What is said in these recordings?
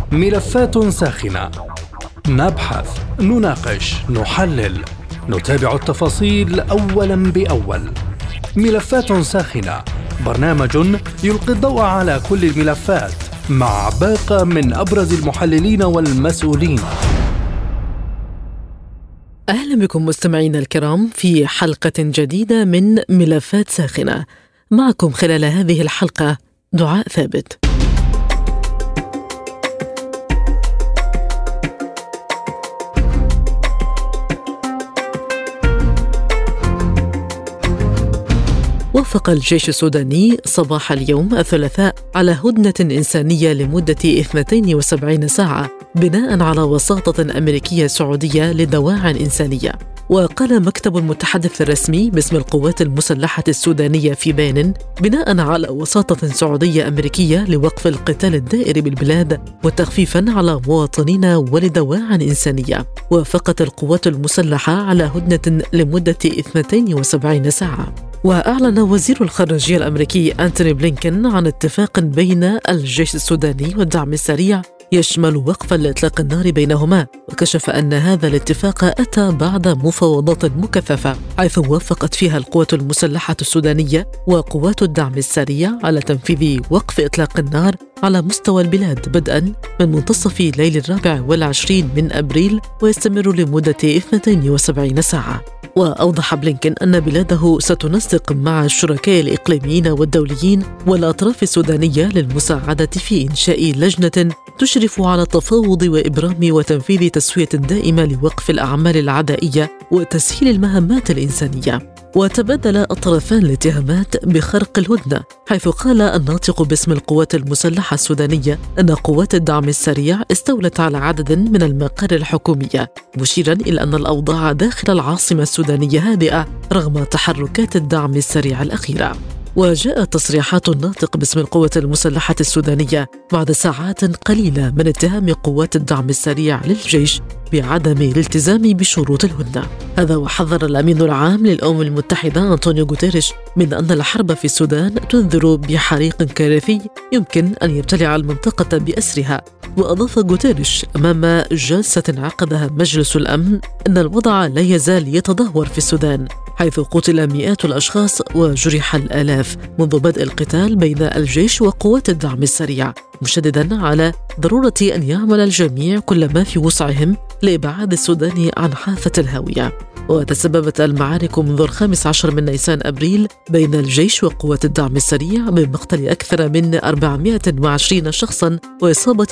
ملفات ساخنة، نبحث، نناقش، نحلل، نتابع التفاصيل أولاً بأول. ملفات ساخنة، برنامج يلقي الضوء على كل الملفات مع باقة من أبرز المحللين والمسؤولين. أهلا بكم مستمعينا الكرام في حلقة جديدة من ملفات ساخنة. معكم خلال هذه الحلقة دعاء ثابت. وافق الجيش السوداني صباح اليوم الثلاثاء على هدنة إنسانية لمدة 72 ساعة بناء على وساطة أمريكية سعودية لدواعٍ إنسانية. وقال مكتب المتحدث الرسمي باسم القوات المسلحة السودانية في بيان بناء على وساطة سعودية أمريكية لوقف القتال الدائر بالبلاد وتخفيفا على مواطنين ولدواعٍ إنسانية، وافقت القوات المسلحة على هدنة لمدة 72 ساعة. وأعلن وزير الخارجية الأمريكي أنتوني بلينكن عن اتفاق بين الجيش السوداني والدعم السريع يشمل وقف الإطلاق النار بينهما، وكشف أن هذا الاتفاق أتى بعد مفاوضات مكثفة حيث وافقت فيها القوات المسلحة السودانية وقوات الدعم السريع على تنفيذ وقف إطلاق النار على مستوى البلاد بدءا من منتصف ليل 24 من أبريل ويستمر لمدة 72 ساعة. وأوضح بلينكن أن بلاده ستنسق مع الشركاء الإقليميين والدوليين والأطراف السودانية للمساعدة في إنشاء لجنة تشرف على التفاوض وإبرام وتنفيذ تسوية دائمة لوقف الأعمال العدائية وتسهيل المهمات الإنسانية. وتبادل الطرفان الاتهامات بخرق الهدنة، حيث قال الناطق باسم القوات المسلحة السودانية أن قوات الدعم السريع استولت على عدد من المقار الحكومية، مشيرا إلى أن الأوضاع داخل العاصمة السودانية هادئة رغم تحركات الدعم السريع الأخيرة. وجاءت تصريحات الناطق باسم القوات المسلحة السودانية بعد ساعات قليلة من اتهام قوات الدعم السريع للجيش بعدم الالتزام بشروط الهدنة. هذا وحذر الأمين العام للأمم المتحدة أنطونيو غوتيريش من أن الحرب في السودان تنذر بحريق كارثي يمكن أن يبتلع المنطقة بأسرها. وأضاف غوتيريش أمام جلسة عقدها مجلس الأمن أن الوضع لا يزال يتدهور في السودان، حيث قتل مئات الأشخاص وجرح الآلاف منذ بدء القتال بين الجيش وقوات الدعم السريع، مشددا على ضرورة أن يعمل الجميع كل ما في وسعهم لإبعاد السودان عن حافة الهاوية. وتسببت المعارك منذ 15 من نيسان أبريل بين الجيش وقوات الدعم السريع بمقتل أكثر من 420 شخصا وإصابة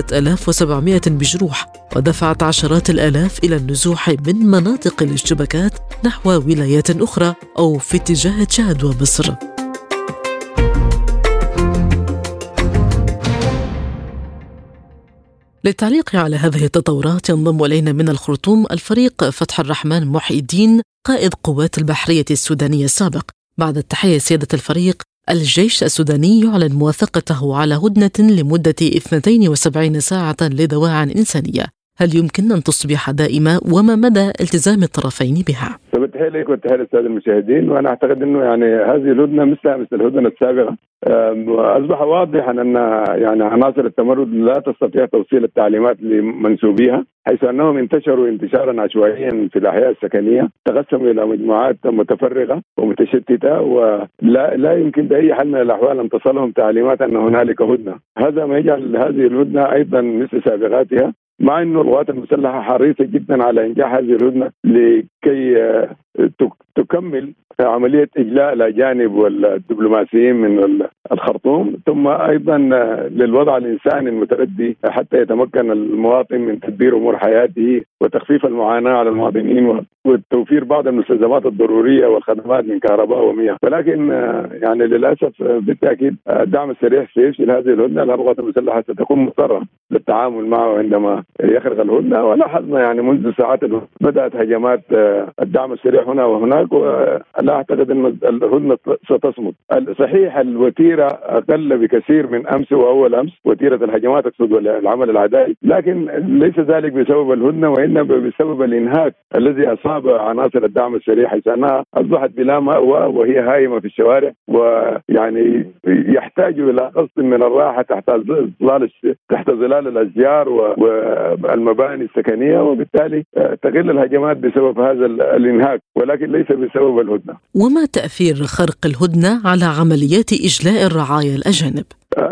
3700 بجروح، ودفعت عشرات الآلاف إلى النزوح من مناطق الاشتباكات نحو ولايات أخرى أو في اتجاه تشاد ومصر. للتعليق على هذه التطورات ينضم إلينا من الخرطوم الفريق فتح الرحمن محي الدين قائد قوات البحرية السودانية السابق. بعد التحية سيادة الفريق، الجيش السوداني يعلن موافقته على هدنة لمدة 72 ساعة لدواعٍ إنسانية، هل يمكن أن تصبح دائمة وما مدى التزام الطرفين بها؟ بالتحية لك والتحية للسادة المشاهدين، وأنا أعتقد أنه هذه الهدنة مثل الهدنة السابقة. أصبح واضحا أن عناصر التمرد لا تستطيع توصيل التعليمات لمنسوبيها، حيث أنهم انتشروا انتشارا عشوائيا في الأحياء السكنية، تقسموا إلى مجموعات متفرغة ومتشتتة، ولا يمكن بأي حال من الأحوال أن تصلهم تعليمات أن هنالك هدنة. هذا ما يجعل هذه الهدنة أيضا مثل سابقاتها، مع أن القوات المسلحة حريصة جدا على إنجاح هذه الهدنة لكي تكمل عملية إجلاء الأجانب والدبلوماسيين من الخرطوم، ثم أيضا للوضع الإنساني المتردي حتى يتمكن المواطن من تدبير أمور حياته وتخفيف المعاناة على المواطنين وتوفير بعض المستلزمات الضرورية والخدمات من كهرباء ومياه. ولكن للأسف بالتأكيد الدعم السريع سيفشل هذه الهدنة. القوات المسلحة ستكون مضطرة للتعامل معه عندما يخرج الهدنة. ولاحظنا منذ ساعات بدأت هجمات الدعم السريع هنا وهناك، ولا أعتقد أن الهدنة ستصمد. صحيح الوتيرة أقل بكثير من أمس وأول أمس، وتيرة الهجمات أقصد العمل العدائي، لكن ليس ذلك بسبب الهدنة، وإنما وإنما بسبب الإنهاك الذي أصاب عناصر الدعم السريع، حيث أنها أصبحت بلا مأوى وهي هائمة في الشوارع، ويعني يحتاج إلى قسط من الراحة تحت ظلال الأشجار والمباني السكنية، وبالتالي تقل الهجمات بسبب هذا الإنهاك، ولكن ليس بسبب الهدنة. وما تأثير خرق الهدنة على عمليات إجلاء الرعايا الأجانب؟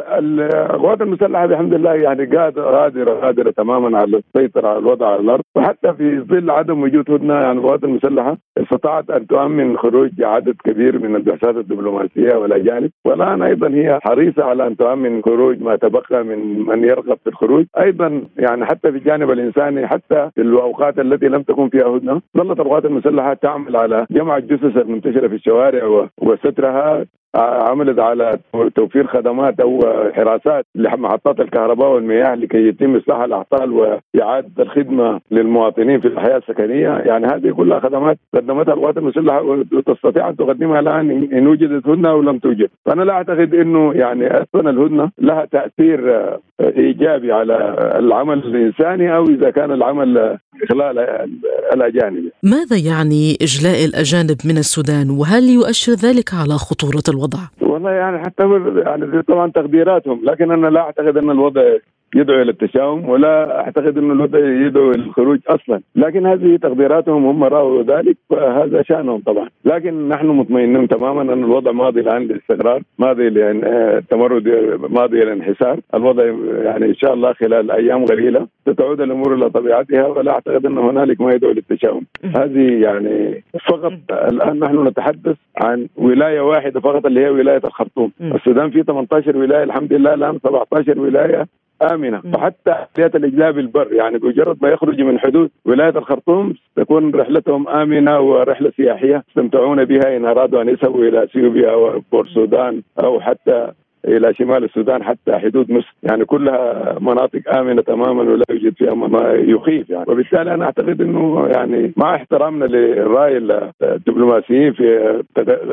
القوات المسلحة بحمد الله يعني قادرة تماما على السيطرة على الوضع على الأرض، وحتى في ظل عدم وجود هدنة يعني القوات المسلحة استطاعت أن تؤمن خروج عدد كبير من البعثات الدبلوماسية والأجانب، والآن أيضا هي حريصة على أن تؤمن خروج ما تبقى من يرغب في الخروج. أيضا يعني حتى في الجانب الإنساني، حتى في الأوقات التي لم تكن فيها هدنة، ظلت القوات المسلحة تعمل على جمع الجثث المنتشرة في الشوارع وسترها، عملت على توفير خدمات أو حراسات لمحطات الكهرباء والمياه لكي يتم إصلاح الأعطال وإعادة الخدمة للمواطنين في الحياة السكنية. يعني هذه كلها خدمات قدمتها القوات المسلحة وتستطيع أن تقدمها الآن إن وجدت هدنة أو لم توجد. فأنا لا أعتقد إنه يعني أصلا الهدنة لها تأثير إيجابي على العمل الإنساني أو إذا كان العمل خلال الأجانب. ماذا يعني إجلاء الأجانب من السودان، وهل يؤشر ذلك على خطورة الوضع؟ والله يعني حتى يعني طبعا تقديراتهم، لكن أنا لا أعتقد أن الوضع يدعو إلى التشاؤم، ولا أعتقد أن الوضع يدعو إلى الخروج أصلا، لكن هذه تقديراتهم، هم رأوا ذلك فهذا شأنهم طبعا. لكن نحن مطمئنين تماما أن الوضع ماضي الآن للاستقرار، ماضي للتمرد، ماضي للانحسار. الوضع يعني إن شاء الله خلال أيام قليلة ستعود الأمور إلى طبيعتها، ولا أعتقد أن هنالك ما يدعو للتشاؤم. هذه يعني فقط الآن نحن نتحدث عن ولاية واحدة فقط اللي هي ولاية الخرطوم. السودان فيه 18 ولاية الحمد لله، الآن 17 ولاية آمنة، وحتى عمليات الإجلاء بالبر يعني بمجرد ما يخرج من حدود ولاية الخرطوم تكون رحلتهم آمنة ورحلة سياحية يستمتعون بها إن أرادوا أن يذهبوا إلى اثيوبيا وبورسودان أو حتى إلى شمال السودان حتى حدود مصر. يعني كلها مناطق آمنة تماما ولا يوجد فيها ما يخيف يعني. وبالتالي أنا أعتقد أنه يعني مع احترامنا للرأي الدبلوماسيين في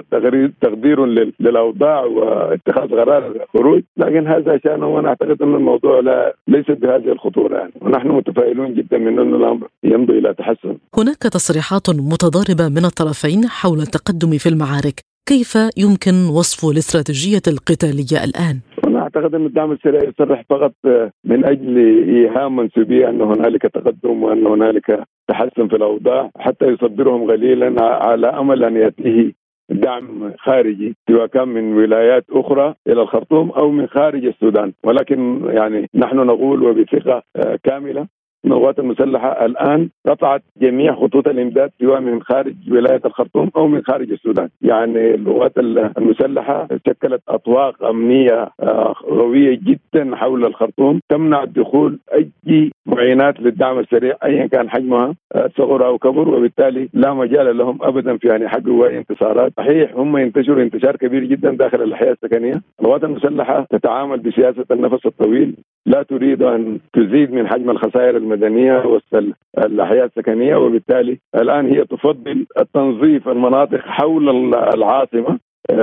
تقدير للأوضاع واتخاذ قرار الخروج، لكن هذا شأنه، وأنا أعتقد أن الموضوع ليس بهذه الخطورة يعني. ونحن متفائلون جدا من أن الأمر يمضي إلى تحسن. هناك تصريحات متضاربة من الطرفين حول التقدم في المعارك، كيف يمكن وصف الاستراتيجية القتالية الآن؟ أنا أعتقد أن الدعم السريع يصرح فقط من أجل إيهام منسوبية أن هنالك تقدم وأن هنالك تحسن في الأوضاع، حتى يصدرهم قليلا على أمل أن يأتيه دعم خارجي سواء كان من ولايات أخرى إلى الخرطوم أو من خارج السودان. ولكن يعني نحن نقول وبثقة كاملة القوات المسلحة الآن قطعت جميع خطوط الإمداد سواء من خارج ولاية الخرطوم أو من خارج السودان. يعني القوات المسلحة شكلت أطواق أمنية قوية جدا حول الخرطوم تمنع دخول أي معينات للدعم السريع أيا كان حجمها صغر أو كبر، وبالتالي لا مجال لهم أبدا في أن يحققوا أي انتصارات. صحيح هم ينتشروا انتشار كبير جدا داخل الأحياء السكنية. القوات المسلحة تتعامل بسياسة النفس الطويل، لا تريد أن تزيد من حجم الخسائر المدنية وسط الأحياء السكنية، وبالتالي الآن هي تفضل التنظيف المناطق حول العاصمة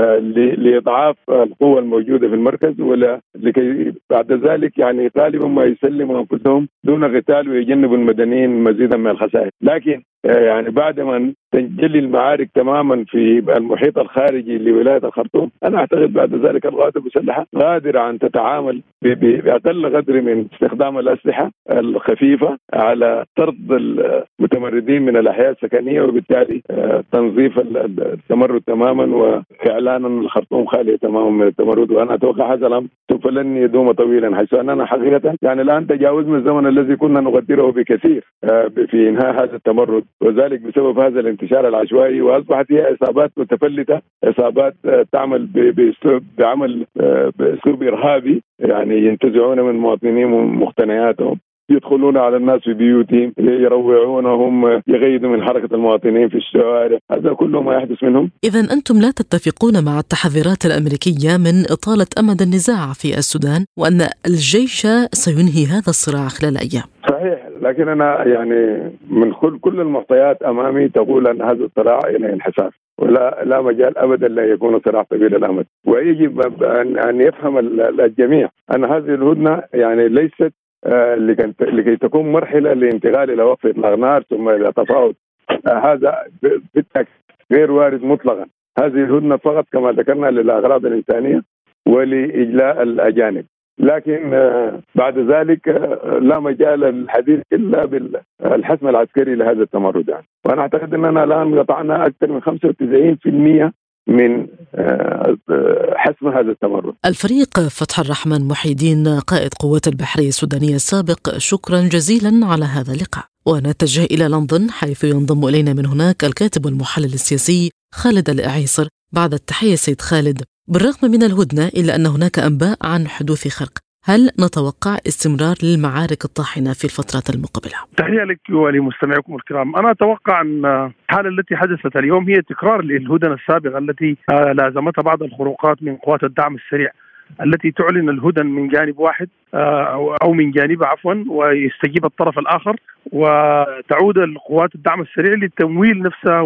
لإضعاف القوة الموجودة في المركز، ولكي بعد ذلك يعني غالبا ما يسلموا أنفسهم دون قتال ويجنبوا المدنيين مزيدا من الخسائر. لكن يعني بعد ما تنجلي المعارك تماما في المحيط الخارجي لولاية الخرطوم، أنا أعتقد بعد ذلك القوات المسلحة قادرة أن تتعامل بأقل قدر من استخدام الأسلحة الخفيفة على طرد المتمردين من الأحياء السكنية، وبالتالي تنظيف التمرد تماما وإعلان الخرطوم خالية تماما من التمرد. وأنا أتوقع هذا الأمر سوف لن يدوم طويلا، حيث أننا حقيقة يعني الآن تجاوزنا الزمن الذي كنا نقدره بكثير في إنهاء هذا التمرد، وذلك بسبب هذا الانتشار العشوائي. وأصبحت هي إصابات متفلتة، إصابات تعمل بأسلوب إرهابي، يعني ينتزعون من المواطنين مقتنياتهم، يدخلون على الناس في بيوتهم، يروعونهم، يغيدوا من حركة المواطنين في الشوارع. هذا كله ما يحدث منهم. إذن أنتم لا تتفقون مع التحذيرات الأمريكية من إطالة أمد النزاع في السودان، وأن الجيش سينهي هذا الصراع خلال أيام؟ صحيح، لكن أنا يعني من كل المعطيات أمامي تقول أن هذا الصراع إلى انحسار، ولا مجال أبدا لا يكون صراع طويل الأمد. ويجب أن يفهم الجميع أن هذه الهدنة يعني ليست لكي تكون مرحلة لانتقال إلى وقف إطلاق نار ثم إلى تفاوض. هذا بالتأكيد غير وارد مطلقا. هذه الهدنة فقط كما ذكرنا للأغراض الإنسانية ولإجلاء الأجانب، لكن بعد ذلك لا مجال للحديث إلا بالحسم العسكري لهذا التمرد يعني. وأنا أعتقد أننا الآن قطعنا أكثر من 95% من حسم هذا التمرد. الفريق فتح الرحمن محي الدين قائد قوات البحرية السودانية السابق، شكرا جزيلا على هذا اللقاء. ونتجه إلى لندن حيث ينضم إلينا من هناك الكاتب والمحلل السياسي خالد الإعيصر. بعد التحية سيد خالد، بالرغم من الهدنة إلا أن هناك أنباء عن حدوث خرق، هل نتوقع استمرار للمعارك الطاحنة في الفترة المقبلة؟ تحية لك ولمستمعيكم الكرام. أنا أتوقع أن الحالة التي حدثت اليوم هي تكرار للهدنة السابقة التي لازمتها بعض الخروقات من قوات الدعم السريع التي تعلن الهدن من جانب واحد أو من جانبه عفوا، ويستجيب الطرف الآخر، وتعود القوات الدعم السريع للتمويل نفسها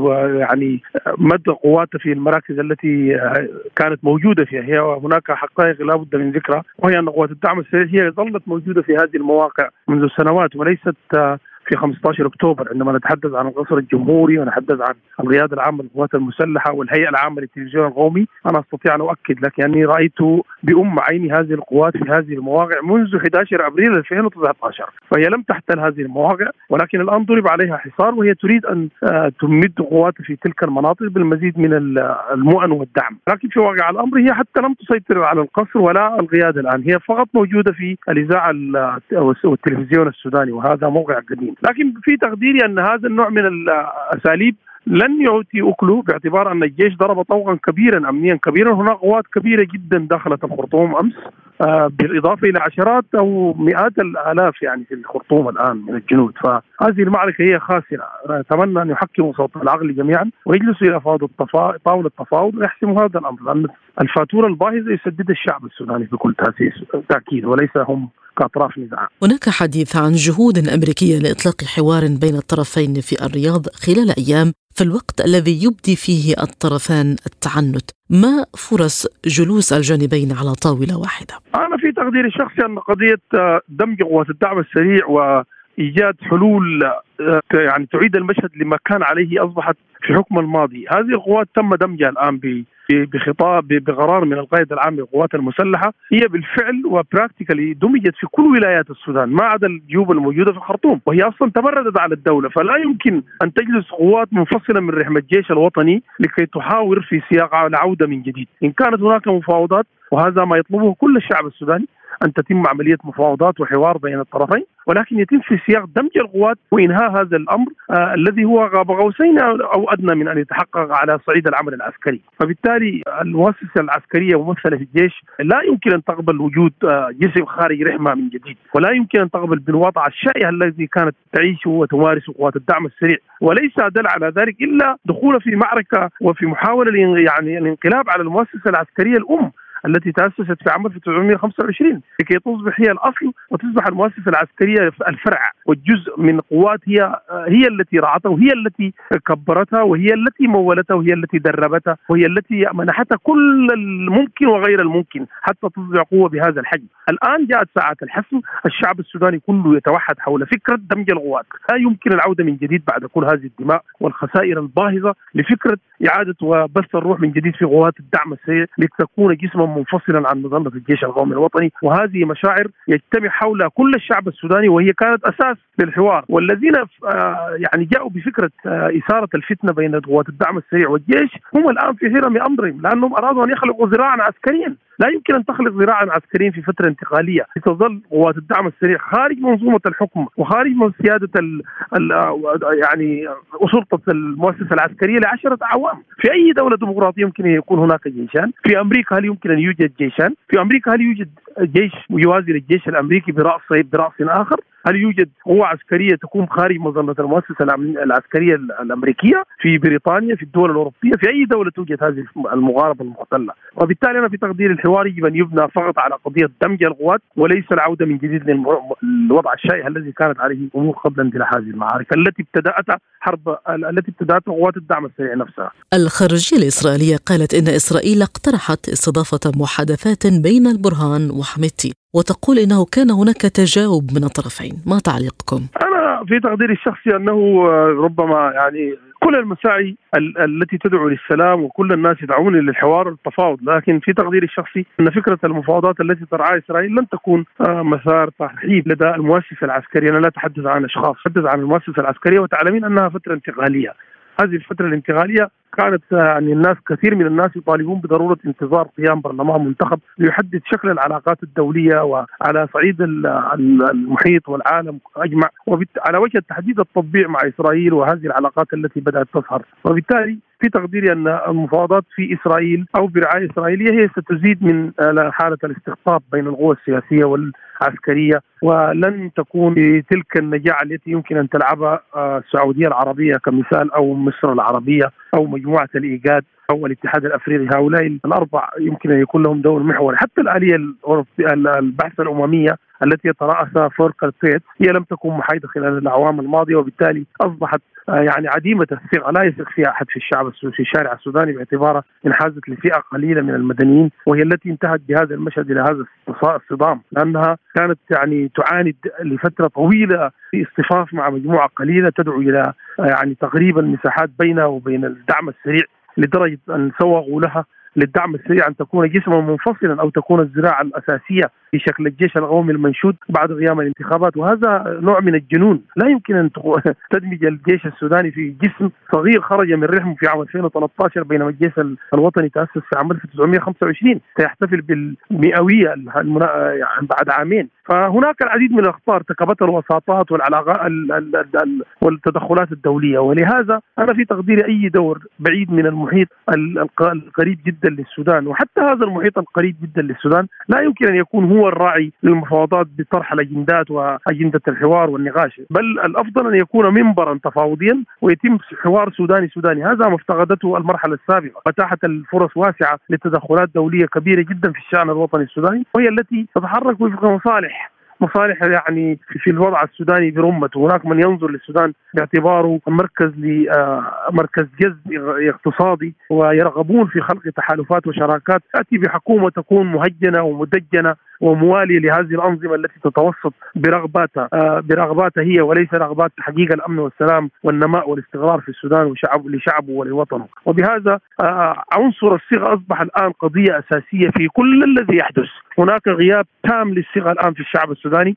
ويعني مد قواتها في المراكز التي كانت موجودة فيها. هي هناك حقائق لا بد من ذكرها، وهي أن قوات الدعم السريع هي ظلت موجودة في هذه المواقع منذ سنوات، وليست في 15 أكتوبر عندما نتحدث عن القصر الجمهوري ونتحدث عن القيادة العامة للقوات المسلحة والهيئة العامة للتلفزيون القومي. أنا أستطيع أن أؤكد لك أني رأيت بأم عيني هذه القوات في هذه المواقع منذ 11 أبريل 2019، فهي لم تحتل هذه المواقع، ولكن الآن ضرب عليها حصار وهي تريد أن تمد قواتها في تلك المناطق بالمزيد من المؤن والدعم. لكن في واقع الأمر هي حتى لم تسيطر على القصر ولا القيادة الآن، هي فقط موجودة في الإذاعة والتلفزيون السوداني، وهذا موقع قديم. لكن في تقديري أن هذا النوع من الأساليب لن يعطي أكله، باعتبار أن الجيش ضرب طوقا كبيرا أمنيا كبيرا. هناك قوات كبيرة جدا دخلت الخرطوم أمس، بالإضافة إلى عشرات أو مئات الآلاف يعني في الخرطوم الآن من الجنود. فهذه المعركة هي خاسرة. أتمنى أن يحكموا صوت العقل جميعا ويجلسوا إلى طاولة التفاوض ويحسموا هذا الأمر، لأن الفاتورة الباهظة يسدد الشعب السوداني بكل تأكيد وليس هم كأطراف نزاع. هناك حديث عن جهود أمريكية لإطلاق حوار بين الطرفين في الرياض خلال أيام في الوقت الذي يبدي فيه الطرفان التعنت. ما فرص جلوس الجانبين على طاولة واحدة؟ أنا في تقديري الشخصي أن قضية دمج قوات الدعم السريع وإيجاد حلول يعني تعيد المشهد لما كان عليه أصبحت في حكم الماضي. هذه القوات تم دمجها الآن بخطاب بقرار من القائد العام للقوات المسلحة، هي بالفعل وبراكتيكالي دمجت في كل ولايات السودان ما عدا الجيوب الموجودة في الخرطوم، وهي أصلا تمردت على الدولة. فلا يمكن أن تجلس قوات منفصلة من رحم الجيش الوطني لكي تحاور في سياق العودة من جديد. إن كانت هناك مفاوضات، وهذا ما يطلبه كل الشعب السوداني، أن تتم عملية مفاوضات وحوار بين الطرفين، ولكن يتم في سياق دمج القوات وإنهاء هذا الأمر الذي هو قاب قوسين أو أدنى من أن يتحقق على صعيد العمل العسكري. فبالتالي المؤسسة العسكرية ممثلة في الجيش لا يمكن أن تقبل وجود جسم خارج رحمة من جديد، ولا يمكن أن تقبل بالوضع الشائع الذي كانت تعيشه وتمارسه قوات الدعم السريع. وليس دل على ذلك إلا دخول في معركة وفي محاولة يعني الانقلاب على المؤسسة العسكرية الأم التي تأسست في عام 1925 لكي تصبح هي الأصل وتصبح المؤسسة العسكرية الفرع، والجزء من قوات هي التي رعتها وهي التي كبرتها وهي التي مولتها وهي التي دربتها وهي التي منحتها كل الممكن وغير الممكن حتى تصبح قوة بهذا الحجم. الآن جاءت ساعات الحسم، الشعب السوداني كله يتوحد حول فكرة دمج القوات. لا يمكن العودة من جديد بعد كل هذه الدماء والخسائر الباهظة لفكرة إعادة وبث الروح من جديد في قوات الدعم السريع لتكون جسما منفصلا عن مظلة الجيش القومي الوطني. وهذه مشاعر يجتمع حولها كل الشعب السوداني، وهي كانت أساس للحوار. والذين يعني جاءوا بفكرة إثارة الفتنة بين قوات الدعم السريع والجيش هم الآن في حيرة من أمرهم، لأنهم أرادوا أن يخلقوا ذراعا عسكريا. لا يمكن أن تخلق ذراعا عسكريا في فترة انتقالية لتظل قوات الدعم السريع خارج منظومة الحكم وخارج من سيادة يعني سلطة المؤسسة العسكرية ل10 أعوام. في أي دولة ديمقراطية يمكن أن يكون هناك جيشان؟ في أمريكا هل يمكن أن يوجد جيشان؟ في أمريكا هل يوجد جيش يوازي للجيش الأمريكي برأس آخر؟ هل يوجد قوة عسكرية تكون خارج مظلة المؤسسة العسكرية الأمريكية؟ في بريطانيا، في الدول الأوروبية، في أي دولة توجد هذه المغاربة المحتلة؟ وبالتالي أنا في تقدير الحوار يجب أن يبنى فقط على قضية دمج القوات وليس العودة من جديد للوضع الشائع الذي كانت عليه الأمور قبل اندلاع هذه المعارك التي ابتدأتها قوات الدعم السريع نفسها. الخارجية الإسرائيلية قالت إن إسرائيل اقترحت استضافة محادثات بين البرهان وحميدتي، وتقول إنه كان هناك تجاوب من الطرفين. ما تعليقكم؟ أنا في تقديري الشخصي أنه ربما يعني كل المساعي التي تدعو للسلام وكل الناس يدعون للحوار والتفاوض، لكن في تقديري الشخصي أن فكرة المفاوضات التي ترعاها إسرائيل لن تكون مسار ترحيب لدى المؤسسة العسكرية. أنا لا أتحدث عن أشخاص، أتحدث عن المؤسسة العسكرية، وتعلمين أنها فترة انتقالية. هذه الفترة الانتقالية كانت يعني الناس كثير من الناس يطالبون بضرورة انتظار قيام برلمان منتخب ليحدد شكل العلاقات الدولية وعلى صعيد المحيط والعالم أجمع، وعلى وجه التحديد التطبيع مع إسرائيل وهذه العلاقات التي بدأت تظهر. وبالتالي في تقديري أن المفاوضات في إسرائيل أو برعاية إسرائيلية هي ستزيد من حالة الاستقطاب بين القوى السياسية والعسكرية، ولن تكون بتلك النجاعة التي يمكن أن تلعبها السعودية العربية كمثال أو مصر العربية أو مجموعة الإيجاد أو الاتحاد الأفريقي. هؤلاء الأربع يمكن أن يكون لهم دور محوري. حتى الآلية البحث الأممية التي يترأسها فولكر بيتس هي لم تكن محايدة خلال الأعوام الماضية، وبالتالي أصبحت يعني عديمة الثقة، لا يثق فيها أحد في الشارع السوداني باعتبارها انحازت لفئة قليلة من المدنيين، وهي التي انتهت بهذا المشهد إلى هذا الصدام، لأنها كانت يعني تعاند لفترة طويلة في اصطفاف مع مجموعة قليلة تدعو إلى يعني تقريب المساحات بينها وبين الدعم السريع، لدرجة أن سوغوا لها للدعم السريع أن تكون جسما منفصلا أو تكون الزراعة الأساسية في شكل الجيش القومي المنشود بعد قيام الانتخابات. وهذا نوع من الجنون. لا يمكن أن تدمج الجيش السوداني في جسم صغير خرج من رحمه في عام 2013، بينما الجيش الوطني تأسس في عام 1925 سيحتفل بالمئوية يعني بعد عامين. فهناك العديد من الأخطار ارتكبتها الوساطات والعلاقات والتدخلات الدولية، ولهذا أنا في تقديري أي دور بعيد من المحيط القريب جدا للسودان، وحتى هذا المحيط القريب جدا للسودان لا يمكن أن يكون هو الراعي للمفاوضات بطرح الأجندات وأجندة الحوار والنقاش، بل الأفضل أن يكون منبرا تفاوضيا ويتم حوار سوداني. هذا ما افتقدته المرحلة السابقة، فتحت الفرص واسعة لتدخلات دولية كبيرة جدا في الشأن الوطني السوداني، وهي التي تتحرك وفق مصالح يعني في الوضع السوداني برمته. هناك من ينظر للسودان باعتباره مركز جذب اقتصادي، ويرغبون في خلق تحالفات وشراكات تأتي بحكومة تكون مهجنة ومدجنة وموالية لهذه الأنظمة التي تتوسط برغباتها هي، وليس رغبات تحقيق الأمن والسلام والنماء والاستقرار في السودان لشعبه ولوطنه. وبهذا عنصر الصيغة أصبح الآن قضية أساسية في كل الذي يحدث. هناك غياب تام للصيغة الآن في الشعب السوداني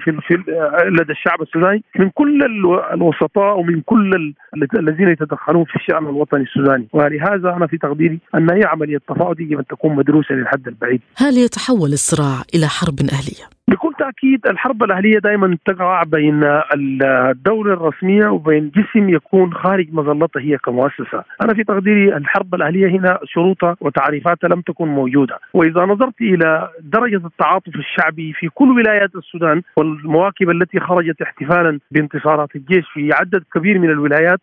لدى الشعب السوداني من كل الوسطاء ومن كل الذين يتدخلون في الشأن الوطني السوداني. ولهذا أنا في تقديري أن هي عملية تفاوض يجب أن تكون مدروسة للحد البعيد. هل يتحول الصراع إلى حرب أهلية؟ بكل تأكيد الحرب الأهلية دائما تقع بين الدولة الرسمية وبين جسم يكون خارج مظلتها هي كمؤسسة. أنا في تقديري الحرب الأهلية هنا شروطها وتعريفاتها لم تكن موجودة، وإذا نظرت إلى درجة التعاطف الشعبي في كل ولايات السودان والمواكب التي خرجت احتفالا بانتصارات الجيش في عدد كبير من الولايات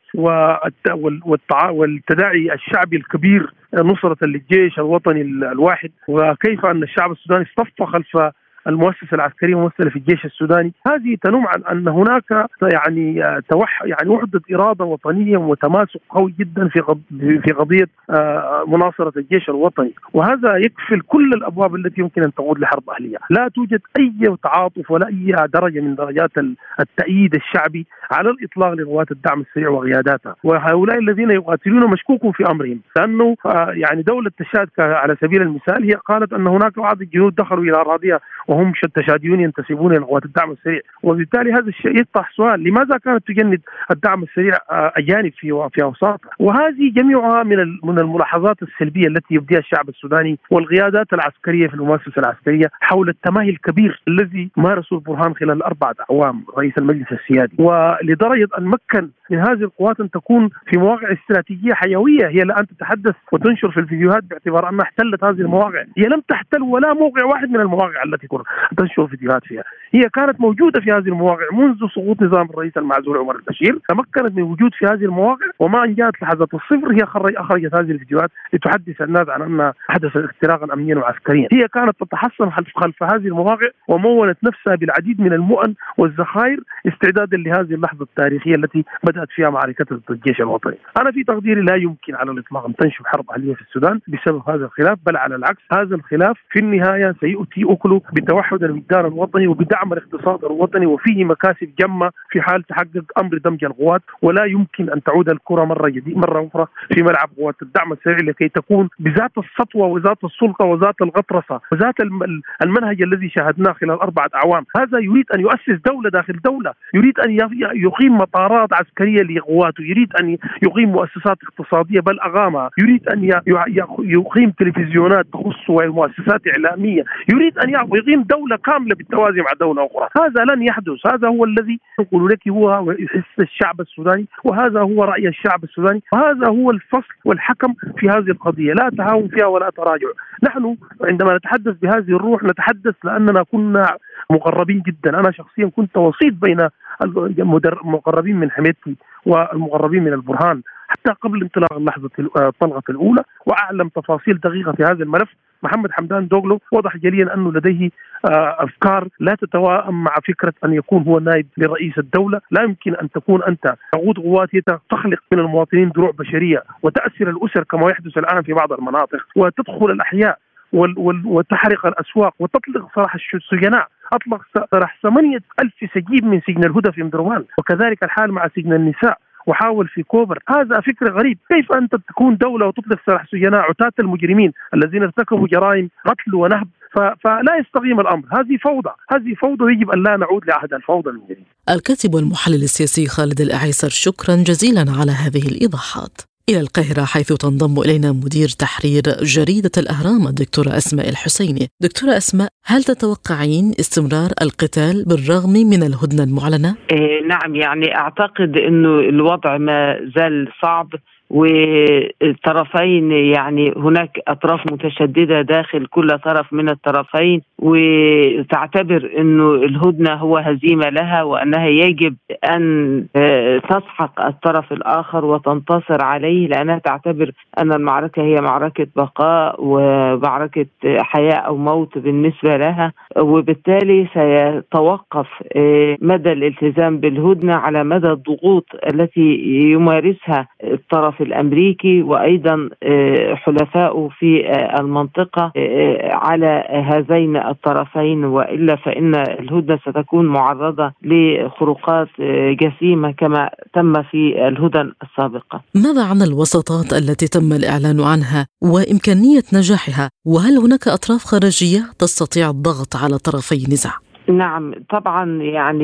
والتداعي الشعبي الكبير نصرة للجيش الوطني الواحد، وكيف أن الشعب السوداني اصطف خلف المؤسسة العسكرية ممثلة في الجيش السوداني، هذه تنم عن أن هناك يعني وحدة إرادة وطنية وتماسك قوي جدا في قضية مناصرة الجيش الوطني، وهذا يكفل كل الأبواب التي يمكن أن تعود لحرب أهلية. لا توجد أي تعاطف ولا أي درجة من درجات التأييد الشعبي على الإطلاق لقوات الدعم السريع وقياداتها، وهؤلاء الذين يقاتلون مشكوك في أمرهم، لأنه يعني دولة تشاد على سبيل المثال هي قالت أن هناك بعض الجنود دخلوا إلى أراضيها وهم تشاديون ينتسبون إلى قوات الدعم السريع، وبالتالي هذا الشيء يطرح سؤال: لماذا كانت تجند الدعم السريع أجانب في أوساطها؟ وهذه جميعها من الملاحظات السلبية التي يبديها الشعب السوداني والقيادات العسكرية في المؤسسة العسكرية حول التماهي الكبير الذي مارسه البرهان خلال 4 أعوام رئيس المجلس السيادي، ولدرجة أن مكن من هذه القوات أن تكون في مواقع استراتيجية حيوية هي الآن تتحدث وتنشر في الفيديوهات باعتبار أنها احتلت هذه المواقع. هي لم تحتل ولا موقع واحد من المواقع التي كنت، وتنشر فيديوهات فيها. هي كانت موجودة في هذه المواقع منذ سقوط نظام الرئيس المعزول عمر البشير، تمكنت من وجود في هذه المواقع، وما أن جاءت لحظة الصفر هي أخرجت هذه الفيديوهات لتحدث الناس عن أن حدث اختراقا أمنيا وعسكريا. هي كانت تتحصن خلف هذه المواقع ومولت نفسها بالعديد من المؤن والذخائر استعدادا لهذه اللحظة التاريخية التي بدأت فيها معركة ضد الجيش الوطني. أنا في تقديري لا يمكن على الإطلاق أن تنشب حرب أهلية في السودان بسبب هذا الخلاف، بل على العكس هذا الخلاف في النهاية سيؤتي أكله بتوحد الوجدان الوطني وبدعم الاقتصاد الوطني، وفيه مكاسب جمة في حال تحقق أمر دمج القوات. ولا يمكن أن تعود الكرة مرة أخرى في ملعب قوات الدعم السريع لكي تكون بذات السطوة وذات السلطة وذات الغطرسة وذات المنهج الذي شاهدناه خلال 4 أعوام. هذا يريد أن يؤسس دولة داخل دولة، يريد أن يقيم مطارات عسكرية لقواته، يريد أن يقيم مؤسسات اقتصادية بل أغامها، يريد أن يقيم تلفزيونات تخص ومؤسسات إعلامية، يريد أن يقيم دولة كاملة بالتوازي مع دولة أخرى. هذا لن يحدث. هذا هو الذي يقول لك هو يحس الشعب السوداني، وهذا هو رأي الشعب السوداني، وهذا هو الفصل والحكم في هذه القضية، لا تهاون فيها ولا تراجع. نحن عندما نتحدث بهذه الروح نتحدث لأننا كنا مقربين جدا. أنا شخصيا كنت وسيط بين المقربين من حميدتي والمقربين من البرهان حتى قبل انطلاق اللحظة الطلقة الأولى، وأعلم تفاصيل دقيقة في هذا الملف. محمد حمدان دوغلو وضح جليا أنه لديه أفكار لا تتوائم مع فكرة أن يكون هو نائب لرئيس الدولة. لا يمكن أن تكون أنت تقود قوات تخلق من المواطنين دروع بشرية وتأسر الأسر كما يحدث الآن في بعض المناطق، وتدخل الأحياء وتحرق الأسواق وتطلق سراح السجناء. أطلق سراح 8,000 سجين من سجن الهدى في مدروان، وكذلك الحال مع سجن النساء، وحاول في كوبر. هذا فكر غريب. كيف أنت تكون دولة وتطلق سراح سجناء عتاة المجرمين الذين ارتكبوا جرائم قتل ونهب؟ فلا يستقيم الأمر. هذه فوضى يجب أن لا نعود لعهد الفوضى من جديد. الكاتب والمحلل السياسي خالد الأعيسر، شكرا جزيلا على هذه الإيضاحات. إلى القاهرة حيث تنضم إلينا مدير تحرير جريدة الأهرام الدكتورة أسماء الحسيني. دكتورة أسماء، هل تتوقعين استمرار القتال بالرغم من الهدنة المعلنة؟ نعم، يعني أعتقد أنه الوضع ما زال صعب، والطرفين يعني هناك أطراف متشددة داخل كل طرف من الطرفين، وتعتبر أنه الهدنة هو هزيمة لها، وأنها يجب أن تسحق الطرف الآخر وتنتصر عليه، لأنها تعتبر أن المعركة هي معركة بقاء ومعركة حياة أو موت بالنسبة لها، وبالتالي سيتوقف مدى الالتزام بالهدنة على مدى الضغوط التي يمارسها الطرف الأمريكي وأيضا حلفائه في المنطقة على هذين الطرفين، وإلا فإن الهدنة ستكون معرضة لخروقات جسيمة كما تم في الهدن السابقة. ماذا عن الوساطات التي تم الإعلان عنها وإمكانية نجاحها؟ وهل هناك أطراف خارجية تستطيع الضغط على طرفي النزاع؟ نعم طبعا،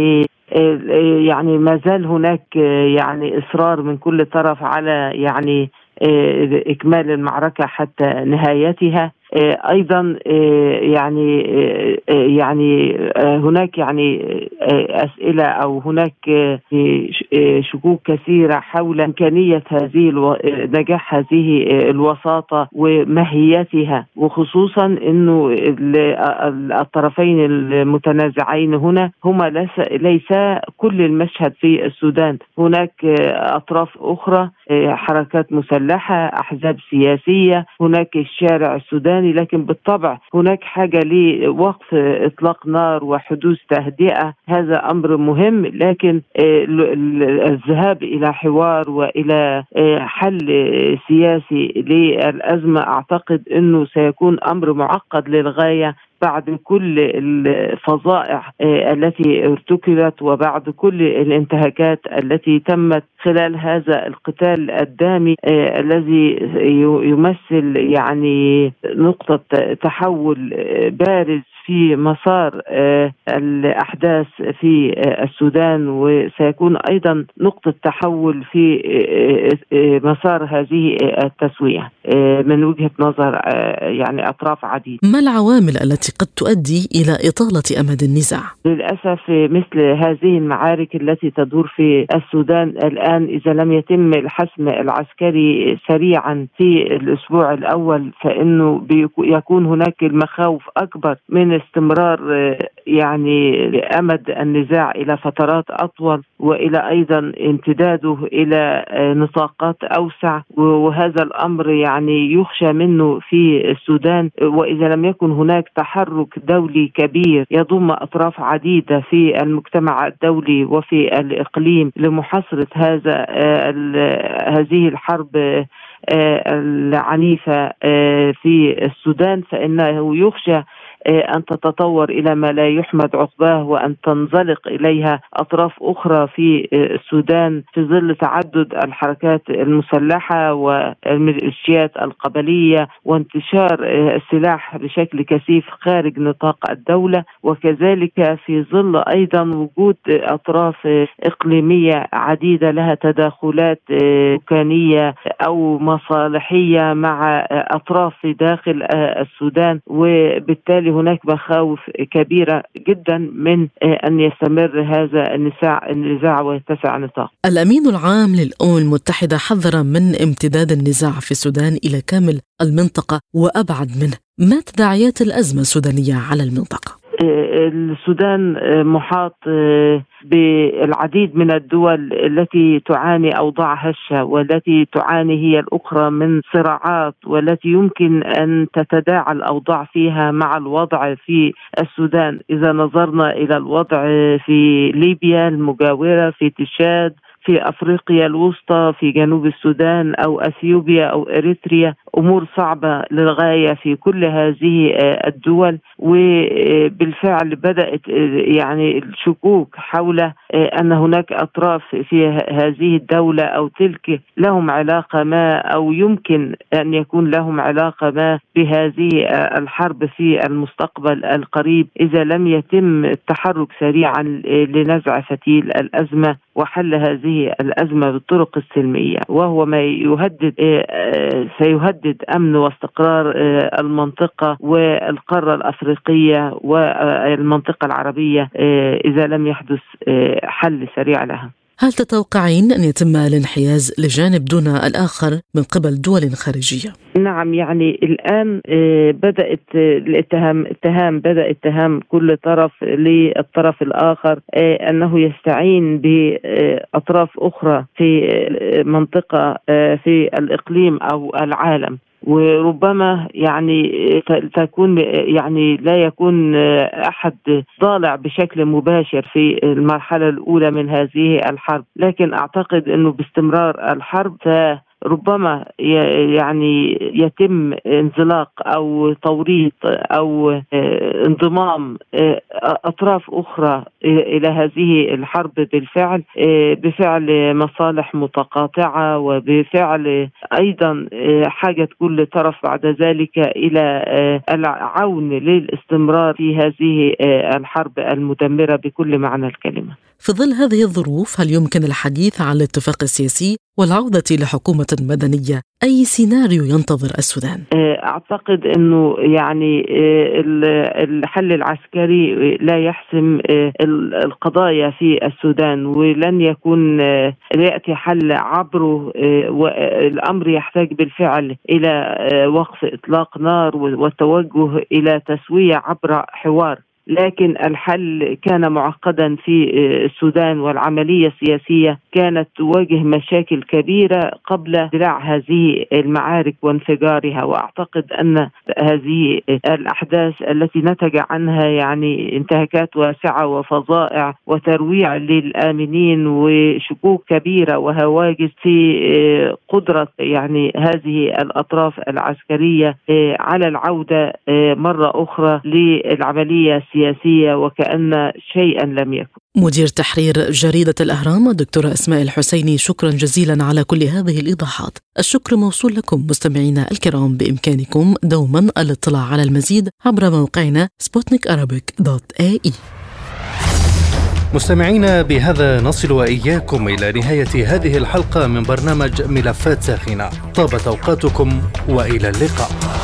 يعني ما زال هناك يعني إصرار من كل طرف على يعني إكمال المعركة حتى نهايتها. أيضا يعني هناك يعني أسئلة أو هناك شكوك كثيرة حول إمكانية نجاح هذه الوساطة وماهيتها، وخصوصا أنه الطرفين المتنازعين هنا هما ليس كل المشهد في السودان. هناك أطراف أخرى، حركات مسلحة، أحزاب سياسية، هناك الشارع السوداني، لكن بالطبع هناك حاجة لوقف إطلاق نار وحدوث تهدئة. هذا أمر مهم، لكن الذهاب إلى حوار وإلى حل سياسي للأزمة أعتقد أنه سيكون أمر معقد للغاية بعد كل الفظائع التي ارتكبت وبعد كل الانتهاكات التي تمت خلال هذا القتال الدامي الذي يمثل يعني نقطة تحول بارز في مسار الأحداث في السودان، وسيكون أيضا نقطة تحول في مسار هذه التسوية من وجهة نظر يعني أطراف عديدة. ما العوامل التي قد تؤدي إلى إطالة أمد النزاع؟ للأسف مثل هذه المعارك التي تدور في السودان الآن، إذا لم يتم الحسم العسكري سريعا في الأسبوع الأول، فإنه يكون هناك المخاوف أكبر من استمرار يعني أمد النزاع إلى فترات أطول، وإلى أيضا امتداده إلى نطاقات أوسع، وهذا الأمر يعني يخشى منه في السودان. وإذا لم يكن هناك تحرك دولي كبير يضم أطراف عديدة في المجتمع الدولي وفي الإقليم لمحاصرة هذه الحرب العنيفة في السودان، فإنه يخشى أن تتطور إلى ما لا يحمد عقباه، وأن تنزلق إليها أطراف أخرى في السودان في ظل تعدد الحركات المسلحة والميليشيات القبلية وانتشار السلاح بشكل كثيف خارج نطاق الدولة، وكذلك في ظل أيضا وجود أطراف إقليمية عديدة لها تداخلات سكانية أو مصالحية مع أطراف داخل السودان، وبالتالي هناك مخاوف كبيرة جدا من أن يستمر هذا النزاع ويتسع نطاق. الأمين العام للأمم المتحدة حذر من امتداد النزاع في السودان إلى كامل المنطقة وأبعد منه. ما تداعيات الأزمة السودانية على المنطقة؟ السودان محاط بالعديد من الدول التي تعاني أوضاع هشة، والتي تعاني هي الأخرى من صراعات، والتي يمكن أن تتداعى الأوضاع فيها مع الوضع في السودان. إذا نظرنا إلى الوضع في ليبيا المجاورة، في تشاد، في أفريقيا الوسطى، في جنوب السودان أو أثيوبيا أو إريتريا، أمور صعبة للغاية في كل هذه الدول. وبالفعل بدأت يعني الشكوك حول أن هناك أطراف في هذه الدولة أو تلك لهم علاقة ما، أو يمكن أن يكون لهم علاقة ما بهذه الحرب في المستقبل القريب، إذا لم يتم التحرك سريعا لنزع فتيل الأزمة وحل هذه الأزمة بالطرق السلمية، وهو ما سيهدد أمن واستقرار المنطقة والقارة الأفريقية والمنطقة العربية إذا لم يحدث حل سريع لها. هل تتوقعين أن يتم الانحياز لجانب دون الآخر من قبل دول خارجية؟ نعم، يعني الآن بدأ اتهام كل طرف للطرف الآخر أنه يستعين بأطراف أخرى في منطقة في الإقليم أو العالم، وربما يعني تكون يعني لا يكون أحد ضالع بشكل مباشر في المرحلة الأولى من هذه الحرب، لكن أعتقد أنه باستمرار الحرب ربما يعني يتم انزلاق أو توريط أو انضمام أطراف أخرى إلى هذه الحرب بفعل مصالح متقاطعة، وبفعل أيضا حاجة كل طرف بعد ذلك إلى العون للاستمرار في هذه الحرب المدمرة بكل معنى الكلمة. في ظل هذه الظروف، هل يمكن الحديث عن الاتفاق السياسي والعودة لحكومة مدنية؟ أي سيناريو ينتظر السودان؟ أعتقد أنه يعني الحل العسكري لا يحسم القضايا في السودان، ولن يكون يأتي حل عبره، والأمر يحتاج بالفعل إلى وقف إطلاق نار والتوجه إلى تسوية عبر حوار. لكن الحل كان معقدا في السودان، والعملية السياسية كانت تواجه مشاكل كبيرة قبل اندلاع هذه المعارك وانفجارها. وأعتقد أن هذه الأحداث التي نتج عنها يعني انتهاكات واسعة وفظائع وترويع للآمنين وشكوك كبيرة وهواجس في قدرة يعني هذه الأطراف العسكرية على العودة مرة أخرى للعملية السياسية وكأن شيئا لم يكن. مدير تحرير جريدة الأهرام الدكتورة أسماء الحسيني، شكرا جزيلا على كل هذه الإيضاحات. الشكر موصول لكم مستمعينا الكرام، بإمكانكم دوما الاطلاع على المزيد عبر موقعنا sputnikarabic.ae. مستمعينا، بهذا نصل وإياكم إلى نهاية هذه الحلقة من برنامج ملفات ساخنة. طابت أوقاتكم وإلى اللقاء.